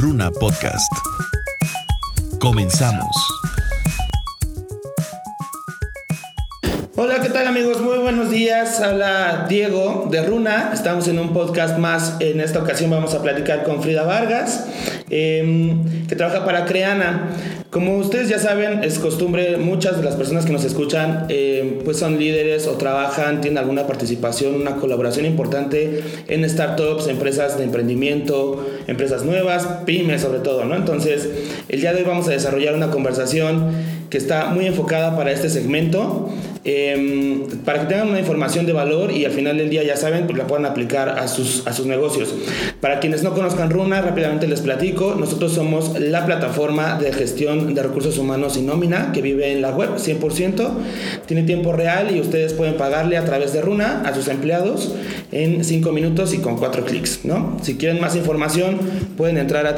Runa Podcast. Comenzamos. Hola, ¿qué tal amigos? Muy buenos días. Habla Diego de Runa. Estamos en un podcast más. En esta ocasión vamos a platicar con Frida Vargas, que trabaja para Creana. Como ustedes ya saben, es costumbre, muchas de las personas que nos escuchan pues son líderes o trabajan, tienen alguna participación, una colaboración importante en startups, empresas de emprendimiento, empresas nuevas, pymes sobre todo, ¿no? Entonces, el día de hoy vamos a desarrollar una conversación que está muy enfocada para este segmento, para que tengan una información de valor y al final del día, ya saben, pues la puedan aplicar a sus negocios. Para quienes no conozcan Runa, rápidamente les platico. Nosotros somos la plataforma de gestión de recursos humanos y nómina que vive en la web 100%, tiene tiempo real y ustedes pueden pagarle a través de Runa a sus empleados en 5 minutos y con 4 clics, ¿no? Si quieren más información pueden entrar a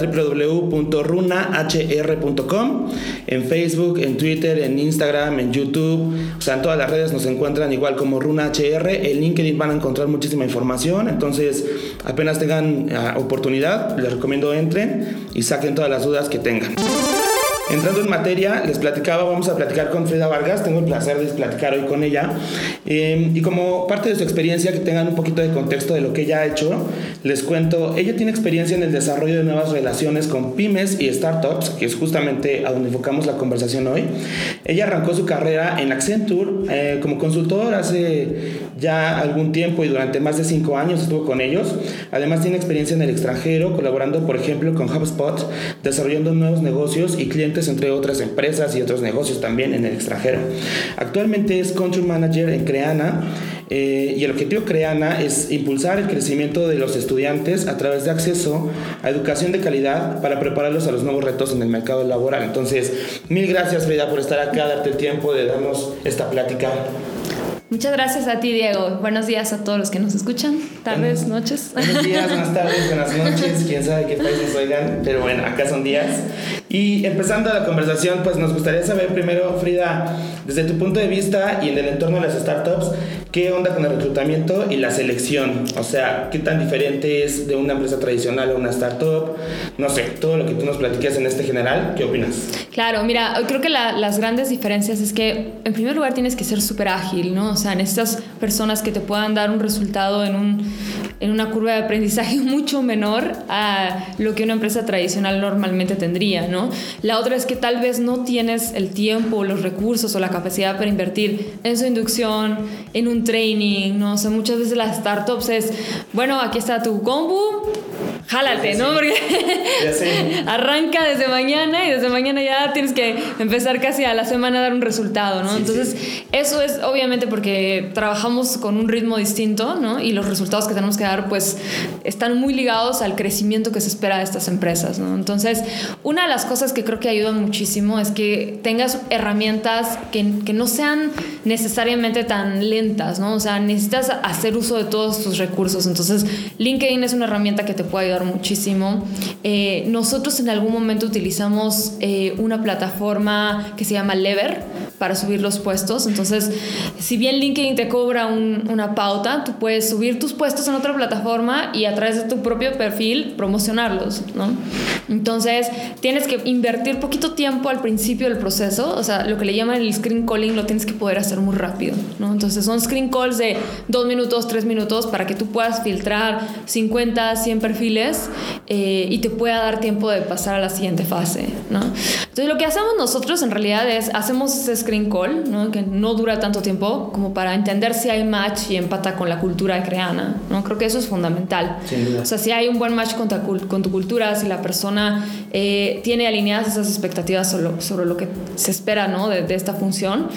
www.runahr.com, en Facebook, en Twitter, en Instagram, en YouTube, o sea, en todas las redes nos encuentran igual como RunaHR. En LinkedIn van a encontrar muchísima información, entonces apenas tengan oportunidad, les recomiendo entren y saquen todas las dudas que tengan. Entrando en materia, les platicaba, vamos a platicar con Frida Vargas. Tengo el placer de platicar hoy con ella, y como parte de su experiencia, que tengan un poquito de contexto de lo que ella ha hecho, les cuento. Ella tiene experiencia en el desarrollo de nuevas relaciones con pymes y startups, que es justamente a donde enfocamos la conversación hoy. Ella arrancó su carrera en Accenture como consultor hace ya algún tiempo y durante más de 5 años estuvo con ellos. Además tiene experiencia en el extranjero, colaborando por ejemplo con HubSpot, desarrollando nuevos negocios y clientes entre otras empresas y otros negocios también en el extranjero. Actualmente es Country Manager en Creana, y el objetivo de Creana es impulsar el crecimiento de los estudiantes a través de acceso a educación de calidad para prepararlos a los nuevos retos en el mercado laboral. Entonces, mil gracias Frida por estar acá, darte el tiempo de darnos esta plática. Muchas gracias a ti, Diego. Buenos días a todos los que nos escuchan. Tardes, noches. Buenos días, buenas tardes, buenas noches. Quién sabe qué país nos oigan, pero bueno, acá son días. Y empezando la conversación, pues nos gustaría saber primero, Frida, desde tu punto de vista y en el entorno de las startups, ¿qué onda con el reclutamiento y la selección? O sea, ¿qué tan diferente es de una empresa tradicional a una startup? No sé, todo lo que tú nos platiques en este general, ¿qué opinas? Claro, mira, creo que las grandes diferencias es que, en primer lugar, tienes que ser súper ágil, ¿no? O sea, necesitas personas que te puedan dar un resultado en una curva de aprendizaje mucho menor a lo que una empresa tradicional normalmente tendría, ¿no? La otra es que tal vez no tienes el tiempo, los recursos o la capacidad para invertir en su inducción, en un training, ¿no? O sea, muchas veces las startups es, bueno, aquí está tu compu, jálate, ¿no? Porque arranca desde mañana y desde mañana ya tienes que empezar casi a la semana a dar un resultado, ¿no? Entonces, eso es obviamente porque trabajamos con un ritmo distinto, ¿no? Y los resultados que tenemos que dar, pues, están muy ligados al crecimiento que se espera de estas empresas, ¿no? Entonces, una de las cosas que creo que ayudan muchísimo es que tengas herramientas que no sean necesariamente tan lentas, ¿no? O sea, necesitas hacer uso de todos tus recursos. Entonces, LinkedIn es una herramienta que te puede ayudar muchísimo. Nosotros en algún momento utilizamos una plataforma que se llama Lever para subir los puestos. Entonces, si bien LinkedIn te cobra una pauta, tú puedes subir tus puestos en otra plataforma y a través de tu propio perfil promocionarlos, ¿no? Entonces, tienes que invertir poquito tiempo al principio del proceso. O sea, lo que le llaman el screen calling lo tienes que poder hacer muy rápido, ¿no? Entonces, son screen calls de 2 minutos, 3 minutos para que tú puedas filtrar 50, 100 perfiles y te pueda dar tiempo de pasar a la siguiente fase, ¿no? Entonces, lo que hacemos nosotros en realidad es hacemos ese screen call, ¿no? Que no dura tanto tiempo como para entender si hay match y empata con la cultura de Creana, ¿no? Creo que eso es fundamental. Sin duda. O sea, si hay un buen match con tu cultura, si la persona tiene alineadas esas expectativas sobre lo que se espera, ¿no? de esta función,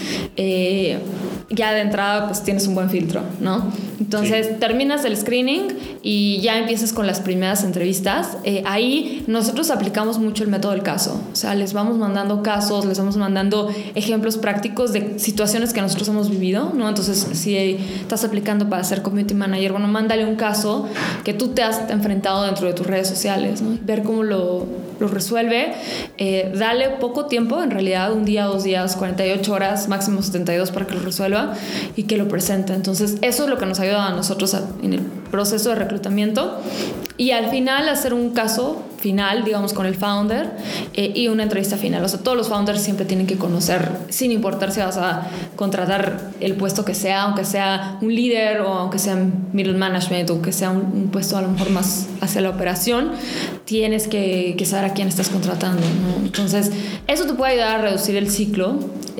ya de entrada pues tienes un buen filtro, ¿no? Entonces terminas el screening y ya empiezas con las primeras entrevistas. Ahí nosotros aplicamos mucho el método del caso. O sea, les vamos mandando casos, les vamos mandando ejemplos prácticos de situaciones que nosotros hemos vivido, ¿no? Entonces, si estás aplicando para ser community manager, bueno, mándale un caso que tú te has enfrentado dentro de tus redes sociales, ¿no? Ver cómo lo resuelve. Dale poco tiempo, en realidad 1 día, 2 días, 48 horas, máximo 72 para que lo resuelva y que lo presente. Entonces, eso es lo que nos ayuda a nosotros en el proceso de reclutamiento. Y al final hacer un caso final, digamos, con el founder y una entrevista final. O sea, todos los founders siempre tienen que conocer, sin importar si vas a contratar el puesto que sea, aunque sea un líder o aunque sea middle management o que sea un puesto a lo mejor más hacia la operación, tienes que saber a quién estás contratando, ¿no? Entonces, eso te puede ayudar a reducir el ciclo.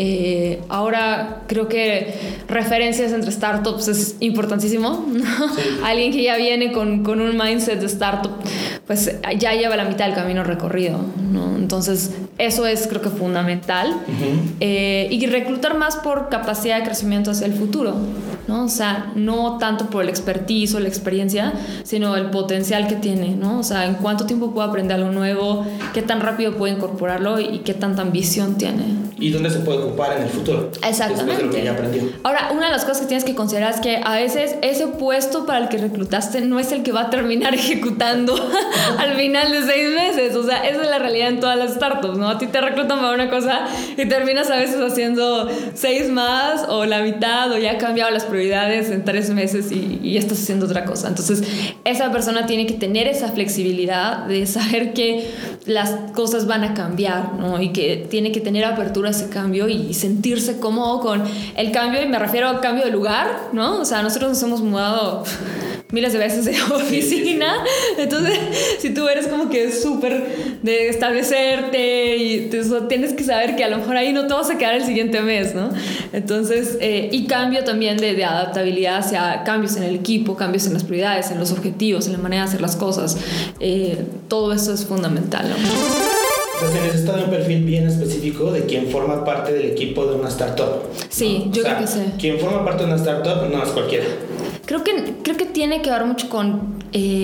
Ahora creo que referencias entre startups es importantísimo, ¿no? Sí. Alguien que ya viene con un mindset de startup, pues ya lleva la mitad del camino recorrido, ¿no? Entonces eso es, creo que, fundamental. Uh-huh. Y reclutar más por capacidad de crecimiento hacia el futuro, ¿no? O sea, no tanto por el expertise o la experiencia, sino el potencial que tiene, ¿no? O sea, en cuánto tiempo puede aprender algo nuevo, qué tan rápido puede incorporarlo y qué tanta ambición tiene. Y dónde se puede ocupar en el futuro. Exactamente. Después de lo que ya aprendió. Ahora, una de las cosas que tienes que considerar es que a veces ese puesto para el que reclutaste no es el que va a terminar ejecutando al final de 6 meses. O sea, esa es la realidad en todas las startups, ¿no? A ti te reclutan para una cosa y terminas a veces haciendo 6 más o la mitad, o ya ha cambiado las prioridades en 3 meses y ya estás haciendo otra cosa. Entonces, esa persona tiene que tener esa flexibilidad de saber que las cosas van a cambiar, ¿no? Y que tiene que tener apertura a ese cambio y sentirse cómodo con el cambio, y me refiero al cambio de lugar, ¿no? O sea, nosotros nos hemos mudado miles de veces de oficina, entonces si tú eres como que súper de establecerte y tienes que saber que a lo mejor ahí no te vas a quedar el siguiente mes, ¿no? Entonces, y cambio también de adaptabilidad hacia cambios en el equipo, cambios en las prioridades, en los objetivos, en la manera de hacer las cosas, todo eso es fundamental, ¿no? Entonces, se necesita de un perfil bien específico de quien forma parte del equipo de una startup. Sí, ¿no? Yo creo que sí. Quien forma parte de una startup no es cualquiera. Creo que tiene que ver mucho con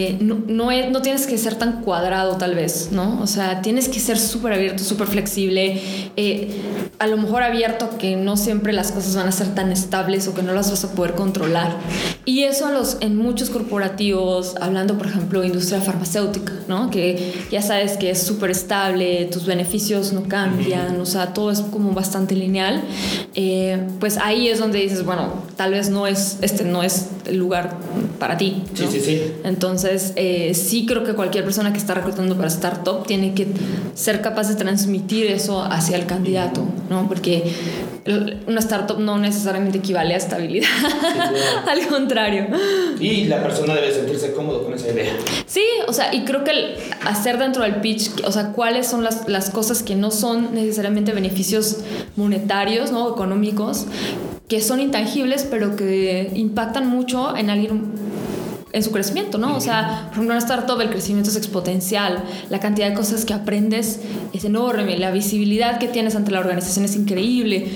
no tienes que ser tan cuadrado, tal vez, ¿no? O sea, tienes que ser súper abierto, súper flexible, a lo mejor abierto a que no siempre las cosas van a ser tan estables o que no las vas a poder controlar. Y eso en muchos corporativos, hablando por ejemplo de industria farmacéutica, ¿no? Que ya sabes que es súper estable, tus beneficios no cambian, o sea, todo es como bastante lineal. Pues ahí es donde dices, bueno, tal vez no es el lugar para ti, ¿no? Sí. Entonces, sí creo que cualquier persona que está reclutando para startup tiene que ser capaz de transmitir eso hacia el candidato, ¿no? Porque una startup no necesariamente equivale a estabilidad. Sí, al contrario. Y la persona debe sentirse cómodo con esa idea. Sí, o sea, y creo que hacer dentro del pitch, o sea, cuáles son las cosas que no son necesariamente beneficios monetarios, ¿no? Económicos, que son intangibles, pero que impactan mucho en alguien, en su crecimiento, ¿no? O sea, por ejemplo, en una startup el crecimiento es exponencial, la cantidad de cosas que aprendes es enorme, la visibilidad que tienes ante la organización es increíble,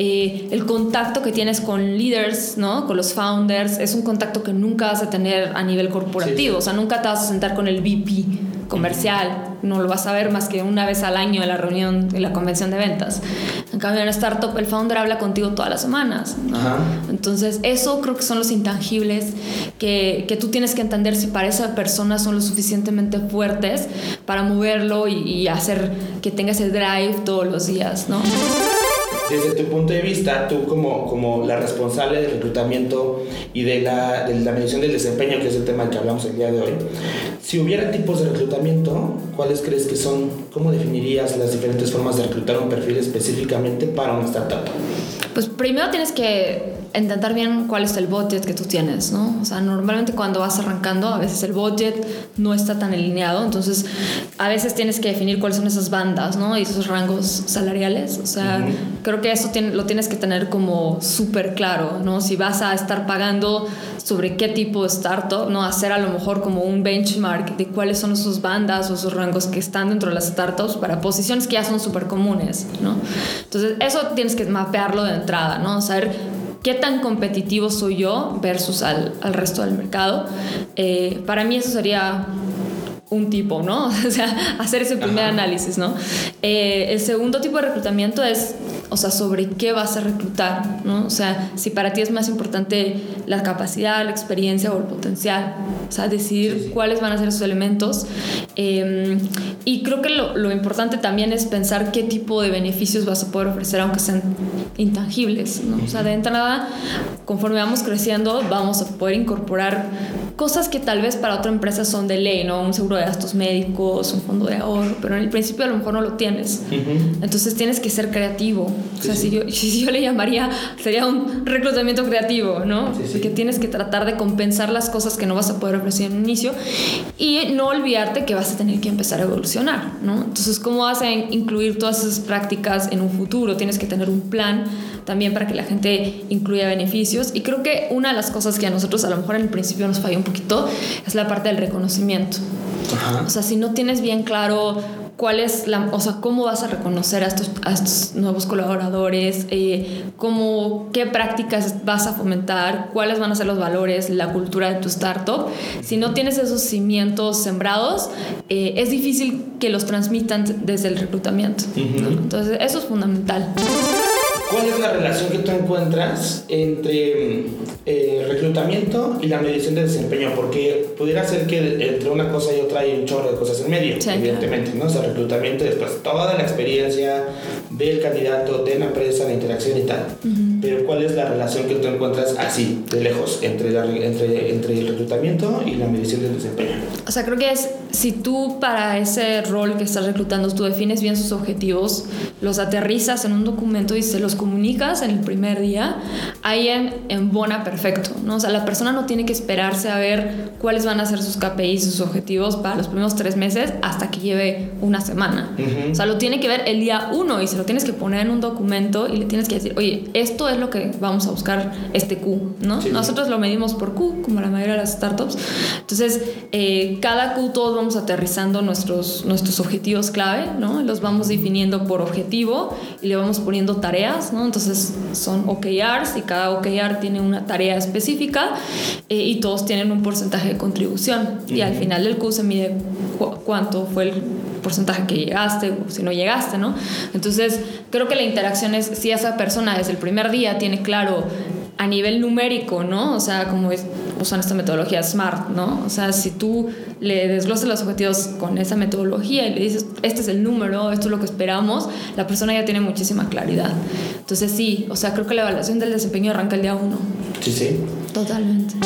el contacto que tienes con líderes, ¿no? Con los founders, es un contacto que nunca vas a tener a nivel corporativo. Sí. O sea, nunca te vas a sentar con el VP comercial, no lo vas a ver más que una vez al año en la reunión, en la convención de ventas. En cambio, en una startup el founder habla contigo todas las semanas, ¿no? Ajá. Entonces eso creo que son los intangibles que tú tienes que entender si para esa persona son lo suficientemente fuertes para moverlo y hacer que tenga ese drive todos los días, ¿no? Desde tu punto de vista, tú como la responsable del reclutamiento y de la medición del desempeño, que es el tema que hablamos el día de hoy, si hubiera tipos de reclutamiento, ¿cuáles crees que son? ¿Cómo definirías las diferentes formas de reclutar un perfil específicamente para una startup? Pues primero tienes que intentar bien cuál es el budget que tú tienes, ¿no? O sea, normalmente cuando vas arrancando, a veces el budget no está tan alineado, entonces a veces tienes que definir cuáles son esas bandas, ¿no? Y esos rangos salariales. O sea, creo que eso lo tienes que tener como súper claro, ¿no? Si vas a estar pagando sobre qué tipo de startup, ¿no? Hacer a lo mejor como un benchmark de cuáles son esos bandas o esos rangos que están dentro de las startups para posiciones que ya son súper comunes, ¿no? Entonces, eso tienes que mapearlo de entrada, ¿no? Saber qué tan competitivo soy yo versus al resto del mercado. Para mí eso sería un tipo, ¿no? O sea, hacer ese primer análisis, ¿no? El segundo tipo de reclutamiento es o sea, sobre qué vas a reclutar, ¿no? O sea, si para ti es más importante la capacidad, la experiencia o el potencial, o sea, decidir cuáles van a ser esos elementos. Y creo que lo importante también es pensar qué tipo de beneficios vas a poder ofrecer, aunque sean intangibles, ¿no? O sea, de entrada, conforme vamos creciendo, vamos a poder incorporar cosas que tal vez para otra empresa son de ley, ¿no? Un seguro de gastos médicos, un fondo de ahorro, pero en el principio a lo mejor no lo tienes. Entonces tienes que ser creativo. O sea, si yo le llamaría, sería un reclutamiento creativo, ¿no? Porque tienes que tratar de compensar las cosas que no vas a poder ofrecer en un inicio y no olvidarte que vas a tener que empezar a evolucionar, ¿no? Entonces, ¿cómo vas a incluir todas esas prácticas en un futuro? Tienes que tener un plan también para que la gente incluya beneficios. Y creo que una de las cosas que a nosotros a lo mejor en el principio nos falló un poquito es la parte del reconocimiento. O sea, si no tienes bien claro cuál es o sea, cómo vas a reconocer a estos nuevos colaboradores, qué prácticas vas a fomentar, cuáles van a ser los valores, la cultura de tu startup. Si no tienes esos cimientos sembrados, es difícil que los transmitan desde el reclutamiento, ¿no? Entonces, eso es fundamental. ¿Cuál es la relación que tú encuentras entre reclutamiento y la medición de desempeño? Porque pudiera ser que entre una cosa y otra hay un chorro de cosas en medio, evidentemente, ¿no? O sea, reclutamiento y después toda la experiencia del candidato, de la empresa, la interacción y tal. Pero ¿cuál es la relación que tú encuentras así, de lejos, entre el reclutamiento y la medición del desempeño? O sea, creo que es, si tú para ese rol que estás reclutando, tú defines bien sus objetivos, los aterrizas en un documento y se los comunicas en el primer día, ahí embona perfecto, ¿no? O sea, la persona no tiene que esperarse a ver cuáles van a ser sus KPIs, sus objetivos para los primeros 3 meses hasta que lleve una semana. O sea, lo tiene que ver el día 1 y se lo tienes que poner en un documento y le tienes que decir, oye, esto es lo que vamos a buscar, este Q, ¿no? Nosotros lo medimos por Q, como la mayoría de las startups. Entonces, cada Q todos vamos aterrizando nuestros objetivos clave, ¿no? Los vamos definiendo por objetivo y le vamos poniendo tareas, ¿no? Entonces son OKRs y cada OKR tiene una tarea específica y todos tienen un porcentaje de contribución y al final del Q se mide cuánto fue el porcentaje que llegaste o si no llegaste, ¿no? Entonces creo que la interacción es si esa persona desde el primer día tiene claro a nivel numérico, ¿no? O sea, como usan esta metodología SMART, ¿no? O sea, si tú le desglosas los objetivos con esa metodología y le dices, este es el número, esto es lo que esperamos, la persona ya tiene muchísima claridad. Entonces sí, o sea, creo que la evaluación del desempeño arranca el día 1. Sí. Totalmente.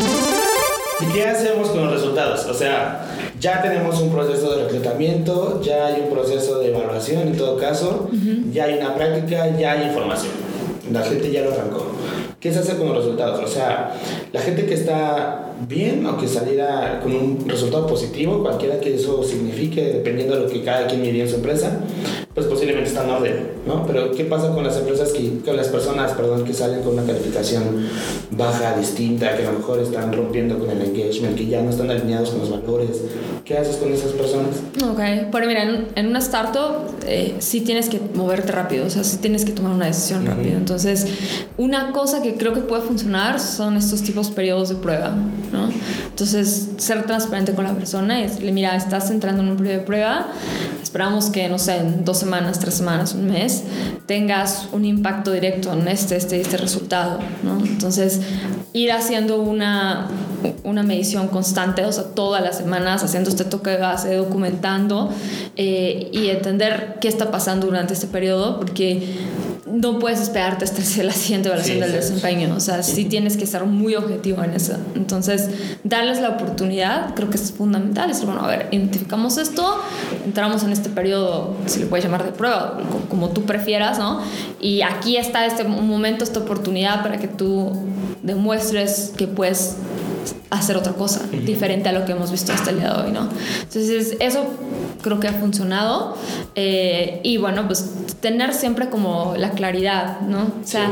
¿Y qué hacemos con los resultados? O sea, ya tenemos un proceso de reclutamiento, ya hay un proceso de evaluación en todo caso, ya hay una práctica, ya hay información. La gente ya lo arrancó. ¿Qué se hace con los resultados? O sea, la gente que está bien o que saliera con un resultado positivo, cualquiera que eso signifique, dependiendo de lo que cada quien midió en su empresa, pues posiblemente está en orden, ¿no? Pero ¿qué pasa con las personas que salen con una calificación baja, distinta, que a lo mejor están rompiendo con el engagement, que ya no están alineados con los valores? ¿Qué haces con esas personas? Ok, pero mira, en una startup sí tienes que moverte rápido, o sea, sí tienes que tomar una decisión rápido. Entonces, una cosa que creo que puede funcionar son estos tipos de periodos de prueba, ¿no? Entonces, ser transparente con la persona y decirle, mira, estás entrando en un periodo de prueba, esperamos que, no sé, en 2 semanas, 3 semanas, un mes, tengas un impacto directo en este resultado, ¿no? Entonces, ir haciendo una medición constante, o sea, todas las semanas, haciendo este toque de base, documentando y entender qué está pasando durante este periodo, porque no puedes esperarte hasta la siguiente evaluación del desempeño, o sea, sí tienes que estar muy objetivo en eso. Entonces, darles la oportunidad, creo que es fundamental, es bueno, a ver, identificamos esto, entramos en este periodo, si le puedes llamar de prueba, como tú prefieras, ¿no? Y aquí está este momento, esta oportunidad para que tú demuestres que puedes hacer otra cosa diferente a lo que hemos visto hasta el día de hoy, ¿no? Entonces eso creo que ha funcionado y bueno, pues tener siempre como la claridad, ¿no? O sea,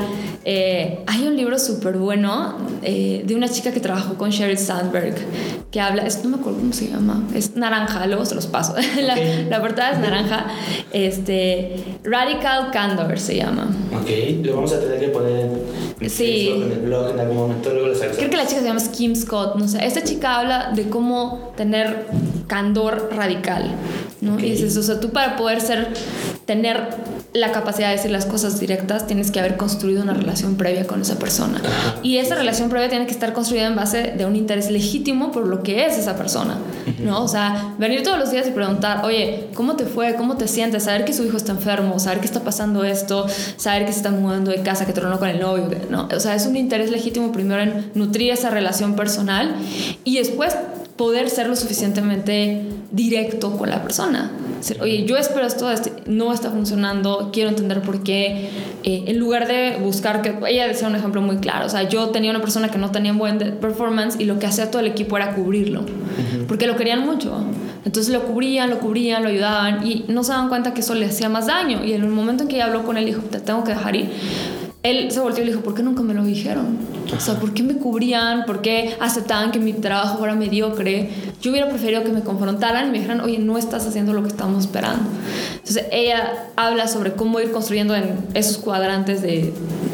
hay un libro súper bueno de una chica que trabajó con Sheryl Sandberg que habla, no me acuerdo cómo se llama, es naranja, luego se los paso. La portada es naranja, Radical Candor se llama. Ok, lo vamos a tener que poner en Sí. Facebook, en el blog, en algún momento luego les aviso. Creo que la chica se llama Kim Scott, no sé. Esta chica habla de cómo tener candor radical, ¿no? Ok. Y dices, o sea, tú para poder tener la capacidad de decir las cosas directas, tienes que haber construido una relación previa con esa persona. Ajá. Y esa relación previa tiene que estar construida en base de un interés legítimo por lo que es esa persona, ¿no? O sea, venir todos los días y preguntar, oye, ¿cómo te fue? ¿Cómo te sientes? Saber que su hijo está enfermo, saber que está pasando esto, saber que se está mudando de casa, que tronó con el novio, ¿no? O sea, es un interés legítimo primero en nutrir esa relación personal y después poder ser lo suficientemente directo con la persona. Decir, oye, yo espero esto no está funcionando, quiero entender por qué, en lugar de buscar que... Ella decía un ejemplo muy claro, o sea, yo tenía una persona que no tenía buen performance y lo que hacía todo el equipo era cubrirlo, porque lo querían mucho. Entonces lo cubrían, lo ayudaban y no se daban cuenta que eso le hacía más daño. Y en el momento en que ella habló con él, dijo, te tengo que dejar ir. Él se volteó y le dijo, ¿por qué nunca me lo dijeron? O sea, ¿por qué me cubrían? ¿Por qué aceptaban que mi trabajo fuera mediocre? Yo hubiera preferido que me confrontaran y me dijeran, oye, no estás haciendo lo que estamos esperando. Entonces ella habla sobre cómo ir construyendo en esos cuadrantes de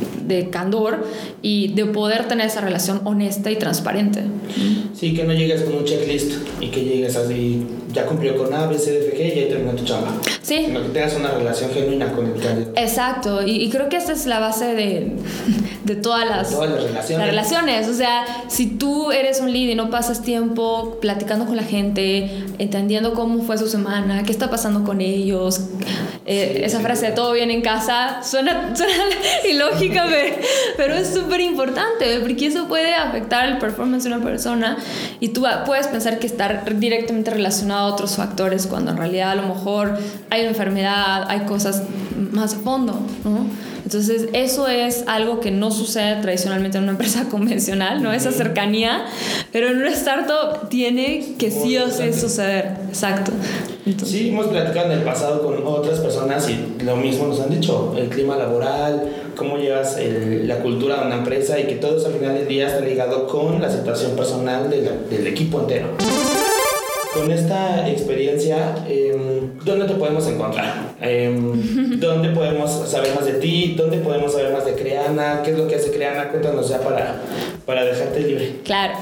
candor y de poder tener esa relación honesta y transparente. Sí, que no llegues con un checklist y que llegues así, ya cumplió con A, B, C, D, F, G y ahí terminó tu chamba. Sí. Sino que tengas una relación genuina con el candidato. Exacto, y creo que esta es la base de todas las relaciones. O sea, si tú eres un lead y no pasas tiempo platicando con la gente, entendiendo cómo fue su semana, qué está pasando con ellos, esa frase de todo bien en casa suena ilógica, pero es súper importante porque eso puede afectar el performance de una persona y tú puedes pensar que está directamente relacionado a otros factores cuando en realidad a lo mejor hay una enfermedad, hay cosas más a fondo, ¿no? Entonces eso es algo que no sucede tradicionalmente en una empresa convencional, ¿no? Esa cercanía, pero en una startup tiene que sí o sí suceder. Exacto. Entonces, sí, hemos platicado en el pasado con otras personas y lo mismo nos han dicho, el clima laboral, cómo llevas la cultura de una empresa y que todo eso al final del día está ligado con la situación personal del equipo entero. Con esta experiencia, ¿dónde te podemos encontrar? ¿Dónde podemos saber más de ti? ¿Dónde podemos saber más de Creana? ¿Qué es lo que hace Creana? Cuéntanos ya para dejarte libre. Claro.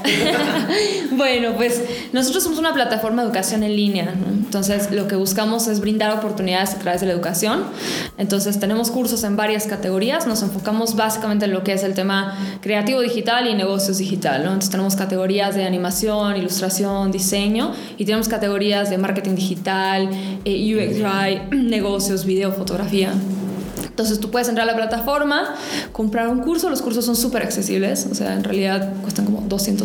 Bueno, pues nosotros somos una plataforma de educación en línea, ¿no? Entonces lo que buscamos es brindar oportunidades a través de la educación. Entonces tenemos cursos en varias categorías. Nos enfocamos básicamente en lo que es el tema creativo digital y negocios digital, ¿no? Entonces tenemos categorías de animación, ilustración, diseño y tenemos categorías de marketing digital, UX, UI, negocios, video, fotografía. Entonces tú puedes entrar a la plataforma, comprar un curso. Los cursos son súper accesibles, o sea, en realidad cuestan como $200.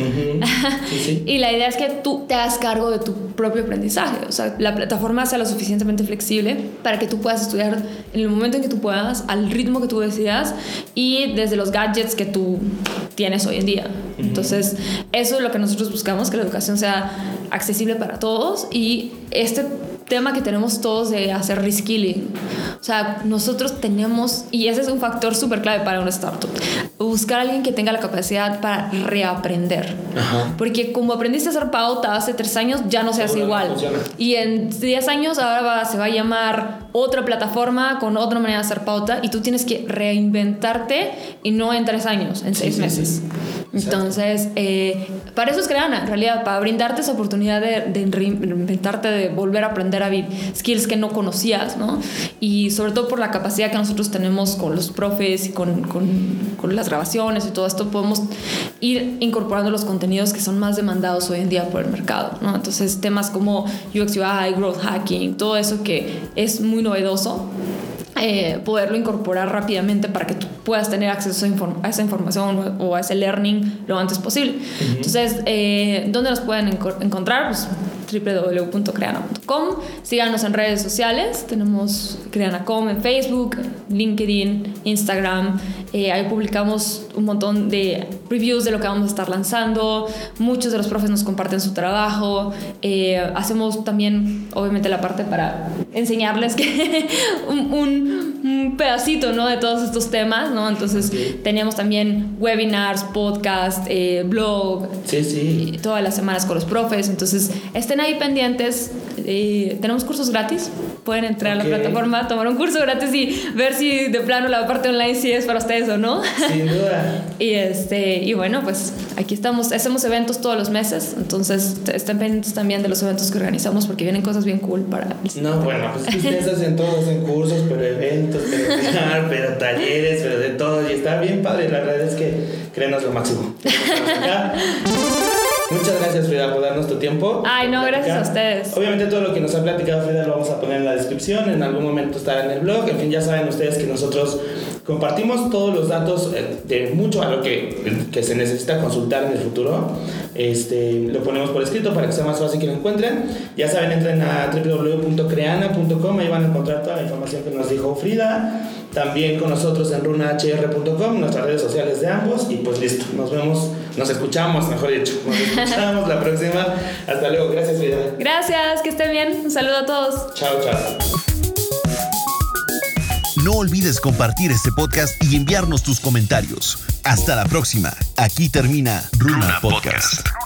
Sí, sí. Y la idea es que tú te hagas cargo de tu propio aprendizaje. O sea, la plataforma sea lo suficientemente flexible para que tú puedas estudiar en el momento en que tú puedas, al ritmo que tú decidas y desde los gadgets que tú tienes hoy en día. Entonces, eso es lo que nosotros buscamos, que la educación sea accesible para todos y este tema que tenemos todos de hacer reskilling. O sea, nosotros tenemos, y ese es un factor súper clave para una startup, buscar a alguien que tenga la capacidad para reaprender. Ajá. Porque como aprendiste a hacer pauta hace 3 años, ya no se hace igual. Funciona. Y en 10 años ahora se va a llamar otra plataforma con otra manera de hacer pauta y tú tienes que reinventarte y no en 3 años, en 6 meses. Sí. Entonces, para eso es Creana, en realidad, para brindarte esa oportunidad de reinventarte, de volver a aprender a skills que no conocías, ¿no? Y sobre todo por la capacidad que nosotros tenemos con los profes y con las grabaciones y todo esto, podemos ir incorporando los contenidos que son más demandados hoy en día por el mercado, ¿no? Entonces, temas como UX UI, growth hacking, todo eso que es muy novedoso, poderlo incorporar rápidamente para que tú puedas tener acceso a esa información o a ese learning lo antes posible. Entonces, ¿dónde nos pueden encontrar? Pues www.creana.com. Síganos en redes sociales. Tenemos Creana.com en Facebook, LinkedIn, Instagram. Ahí publicamos un montón de reviews de lo que vamos a estar lanzando. Muchos de los profes nos comparten su trabajo. Hacemos también, obviamente, la parte para enseñarles que un un pedacito, ¿no? De todos estos temas, ¿no? Entonces teníamos también webinars, podcast, blog. Sí. Todas las semanas con los profes. Entonces estén ahí pendientes. Tenemos cursos gratis. Pueden entrar a la plataforma, tomar un curso gratis y ver si de plano la parte online sí es para ustedes o no. Sin duda. Y bueno, pues aquí estamos. Hacemos eventos todos los meses. Entonces estén pendientes también de los eventos que organizamos porque vienen cosas bien cool para... No, bueno, pues ustedes hacen todos, hacen cursos, pero eventos, pero talleres, pero de todo. Y está bien padre. La verdad es que créenos lo máximo. Muchas gracias, Frida, por darnos tu tiempo. Ay, no, gracias a ustedes. Obviamente todo lo que nos ha platicado Frida lo vamos a poner en la descripción, en algún momento estará en el blog. En fin, ya saben ustedes que nosotros compartimos todos los datos de mucho a lo que se necesita consultar en el futuro. Lo ponemos por escrito para que sea más fácil que lo encuentren. Ya saben, entren a www.creana.com, ahí van a encontrar toda la información que nos dijo Frida. También con nosotros en runahr.com, nuestras redes sociales de ambos. Y pues listo, nos escuchamos, mejor dicho. Nos escuchamos la próxima. Hasta luego, gracias, Frida. Gracias, que estén bien. Un saludo a todos. Chao. No olvides compartir este podcast y enviarnos tus comentarios. Hasta la próxima. Aquí termina Runa Podcast.